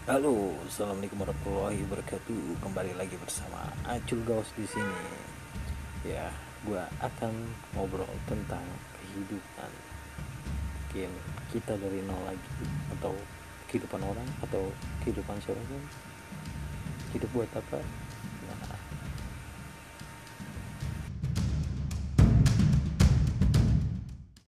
Halo, assalamualaikum warahmatullahi wabarakatuh. Kembali lagi bersama Acul Gaus di sini. Ya, gua akan ngobrol tentang kehidupan. Mungkin kita dari nol lagi, atau kehidupan orang, atau kehidupan siapa pun. Hidup buat apa?